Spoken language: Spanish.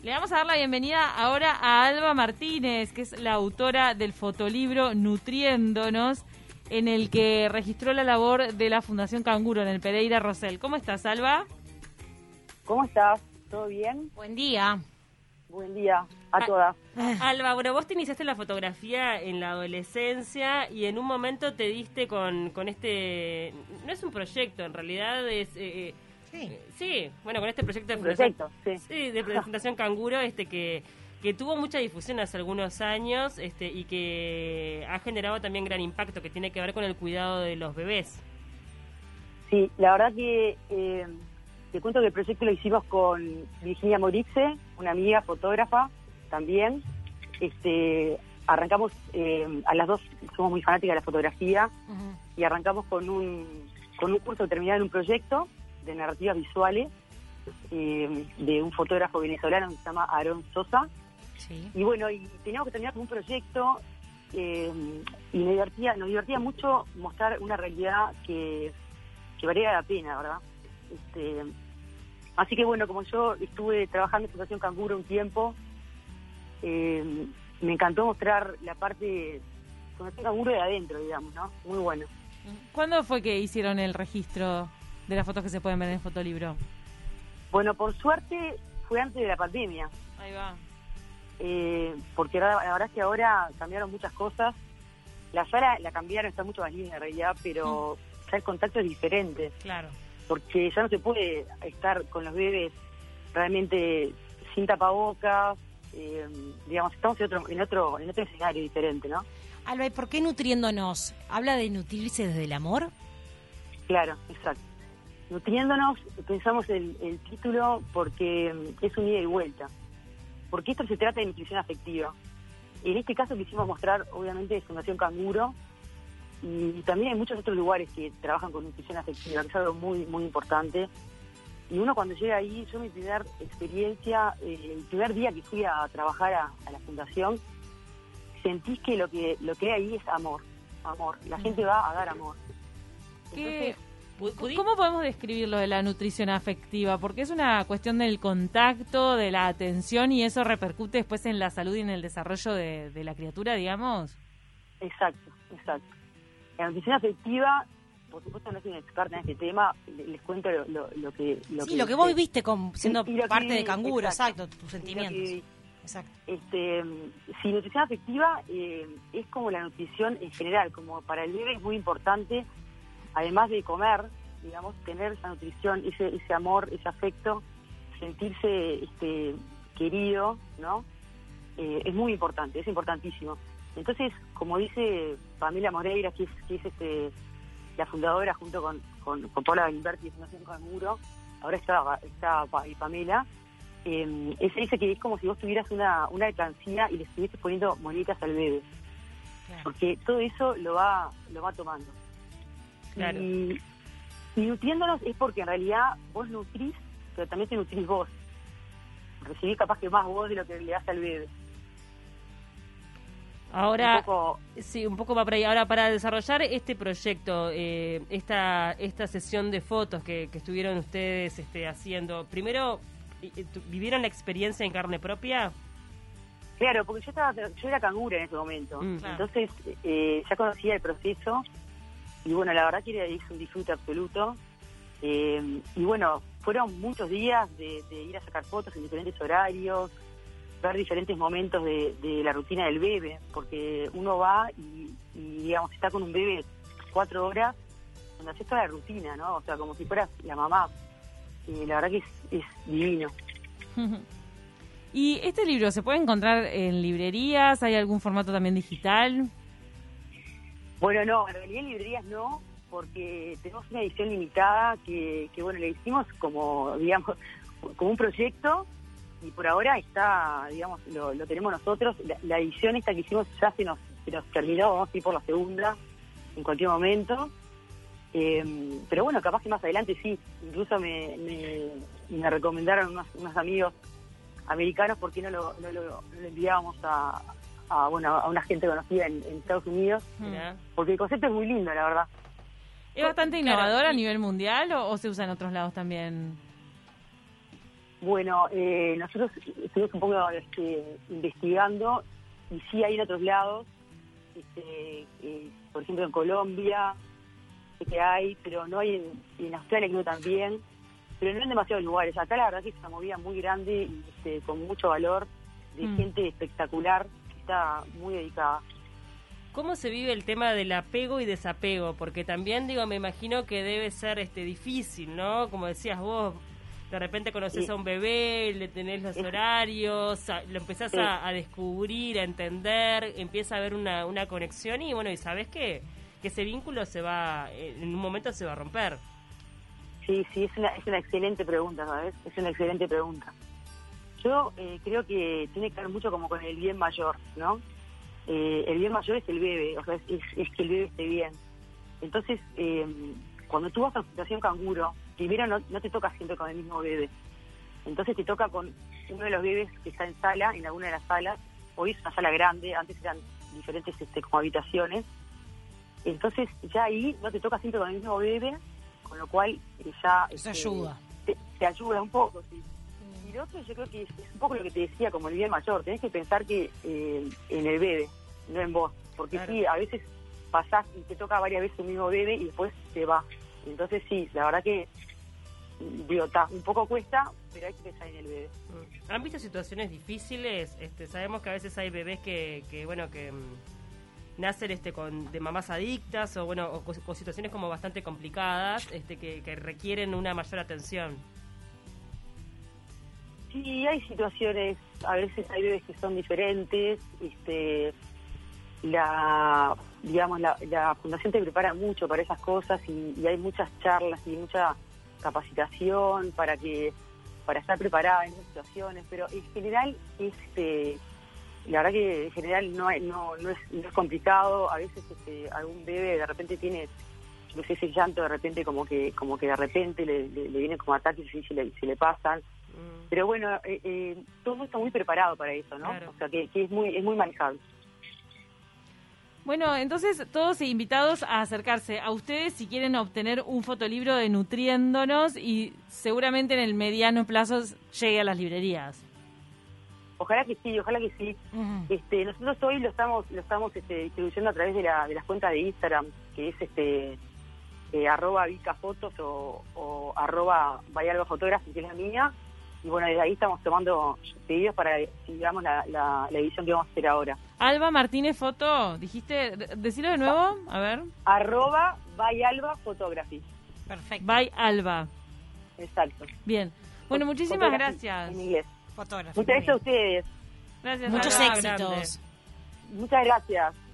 Le vamos a dar la bienvenida ahora a Alba Martínez, que es la autora del fotolibro Nutriéndonos, en el que registró la labor de la Fundación Canguro en el Pereira Rosell. ¿Cómo estás, Alba? ¿Cómo estás? ¿Todo bien? Buen día. Buen día a todas. Alba, bueno, vos te iniciaste en la fotografía en la adolescencia y en un momento te diste con este... No es un proyecto, en realidad es... sí, bueno, con este proyecto de de Fundación Canguro, que tuvo mucha difusión hace algunos años y que ha generado también gran impacto, que tiene que ver con el cuidado de los bebés. Sí, la verdad que te cuento que el proyecto lo hicimos con Virginia Morixe, una amiga fotógrafa también. Arrancamos, a las dos somos muy fanáticas de la fotografía, y arrancamos con un curso terminado en un proyecto de narrativas visuales de un fotógrafo venezolano que se llama Aarón Sosa. Sí. Y bueno, y teníamos que terminar con un proyecto y nos divertía mucho mostrar una realidad que valía la pena, ¿verdad? Así que bueno, como yo estuve trabajando en Fundación Canguro un tiempo, me encantó mostrar la parte de Fundación Canguro de adentro, digamos, ¿no? Muy bueno. ¿Cuándo fue que hicieron el registro de las fotos que se pueden ver en el fotolibro? Bueno, por suerte fue antes de la pandemia. Ahí va. Porque la verdad es que ahora cambiaron muchas cosas. La sala la cambiaron, está mucho más linda en realidad, pero ya el contacto es diferente. Claro. Porque ya no se puede estar con los bebés realmente sin tapabocas. Digamos, estamos en otro escenario diferente, ¿no? Alba, ¿y por qué Nutriéndonos? ¿Habla de nutrirse desde el amor? Claro, exacto. Nutriéndonos, pensamos el título porque es un ida y vuelta. Porque esto se trata de nutrición afectiva. En este caso quisimos mostrar, obviamente, Fundación Canguro, y también hay muchos otros lugares que trabajan con nutrición afectiva, que es algo muy, muy importante. Y uno cuando llega ahí, yo mi primera experiencia, el primer día que fui a trabajar a la fundación, sentí que lo que hay ahí es amor. La gente va a dar amor. ¿Qué? Entonces, ¿Cómo podemos describirlo de la nutrición afectiva? Porque es una cuestión del contacto, de la atención, y eso repercute después en la salud y en el desarrollo de la criatura, digamos. Exacto. La nutrición afectiva, por supuesto no soy una experta en este tema, les cuento lo que vos viviste siendo y parte de Canguro, exacto, tus sentimientos. Exacto. Si nutrición afectiva es como la nutrición en general, como para el bebé es muy importante, además de comer, digamos, tener esa nutrición, ese amor, ese afecto, sentirse querido, ¿no? Es muy importante, es importantísimo. Entonces, como dice Pamela Moreira, que es la fundadora junto con Paula Galimberti de Fundación Canguro, ahora está Pamela, ella dice que es como si vos tuvieras una alcancía y le estuvieses poniendo monedas al bebé. Claro. Porque todo eso lo va tomando. Claro. Y nutriéndonos es porque en realidad vos nutrís, pero también te nutrís vos. Recibís capaz que más vos de lo que le das al bebé. Ahora, un poco va por ahí. Ahora, para desarrollar este proyecto, esta sesión de fotos que estuvieron ustedes haciendo, primero, ¿vivieron la experiencia en carne propia? Claro, porque yo era cangura en ese momento. Entonces, ya conocía el proceso. Y bueno, la verdad que es un disfrute absoluto. Y bueno, fueron muchos días de ir a sacar fotos en diferentes horarios, ver diferentes momentos de la rutina del bebé, porque uno va y digamos, está con un bebé 4 horas, donde haces toda la rutina, ¿no? O sea, como si fueras la mamá. La verdad que es divino. ¿Y este libro se puede encontrar en librerías? ¿Hay algún formato también digital? Bueno, no, en realidad en librerías no, porque tenemos una edición limitada que bueno, le hicimos como, digamos, como un proyecto, y por ahora está, digamos, lo tenemos nosotros. La edición esta que hicimos ya se nos terminó, vamos a ir por la segunda en cualquier momento. Pero bueno, capaz que más adelante sí, incluso me recomendaron unos amigos americanos por qué no lo enviábamos a una gente conocida en Estados Unidos, porque el concepto es muy lindo, la verdad. ¿Es bastante innovador a nivel mundial o se usa en otros lados también? Bueno, nosotros estuvimos un poco investigando y sí hay en otros lados, por ejemplo en Colombia, sé que hay, pero no hay en Australia, creo también, pero no en demasiados lugares. Acá la verdad que es una movida muy grande y con mucho valor, de gente espectacular que está muy dedicada. ¿Cómo se vive el tema del apego y desapego? Porque también, me imagino que debe ser difícil, ¿no? Como decías vos, de repente conoces a un bebé, le tenés los horarios, lo empezás a descubrir, a entender, empieza a haber una conexión y bueno, y sabés que ese vínculo en un momento se va a romper. Sí, es una excelente pregunta, ¿sabes? Es una excelente pregunta. Yo creo que tiene que ver mucho como con el bien mayor, ¿no? El bien mayor es el bebé, o sea, es que el bebé esté bien. Entonces, cuando tú vas a la situación canguro, primero no te toca siempre con el mismo bebé. Entonces te toca con uno de los bebés que está en sala, en alguna de las salas. Hoy es una sala grande, antes eran diferentes como habitaciones. Entonces ya ahí no te toca siempre con el mismo bebé, con lo cual ya... Eso ayuda. Te ayuda un poco, sí. Y lo otro yo creo que es un poco lo que te decía, como el bien mayor. Tenés que pensar que en el bebé, no en vos. Porque claro, sí, a veces pasás y te toca varias veces un mismo bebé y después te va. Entonces sí, la verdad que un poco cuesta, pero hay que pensar en el bebé. ¿Han visto situaciones difíciles? Sabemos que a veces hay bebés que nacen de mamás adictas o con situaciones como bastante complicadas, que requieren una mayor atención. Sí, hay situaciones, a veces hay bebés que son diferentes, la fundación te prepara mucho para esas cosas y hay muchas charlas y mucha capacitación para estar preparada en esas situaciones, pero en general la verdad que en general no es complicado. A veces algún bebé de repente tiene, no sé, ese llanto de repente como que de repente le vienen como ataques y se le pasan. Pero bueno, todo está muy preparado para eso, ¿no? Claro. O sea que es muy manejable. Bueno, entonces todos invitados a acercarse a ustedes si quieren obtener un fotolibro de Nutriéndonos y seguramente en el mediano plazo llegue a las librerías. Ojalá que sí. Uh-huh. Nosotros hoy lo estamos distribuyendo a través de las cuentas de Instagram, que es @vicafotos o @bayalbaphotography, que es la mía. Y bueno, desde ahí estamos tomando pedidos para, digamos, la edición que vamos a hacer ahora. Alba Martínez Foto, dijiste, decilo de nuevo, a ver. @bayalbaphotography. Perfecto. By Alba. Exacto. Bien. Bueno, muchísimas gracias. En inglés. Fotógrafo. Muchas gracias a ustedes. Gracias. Muchos éxitos. Muchas gracias.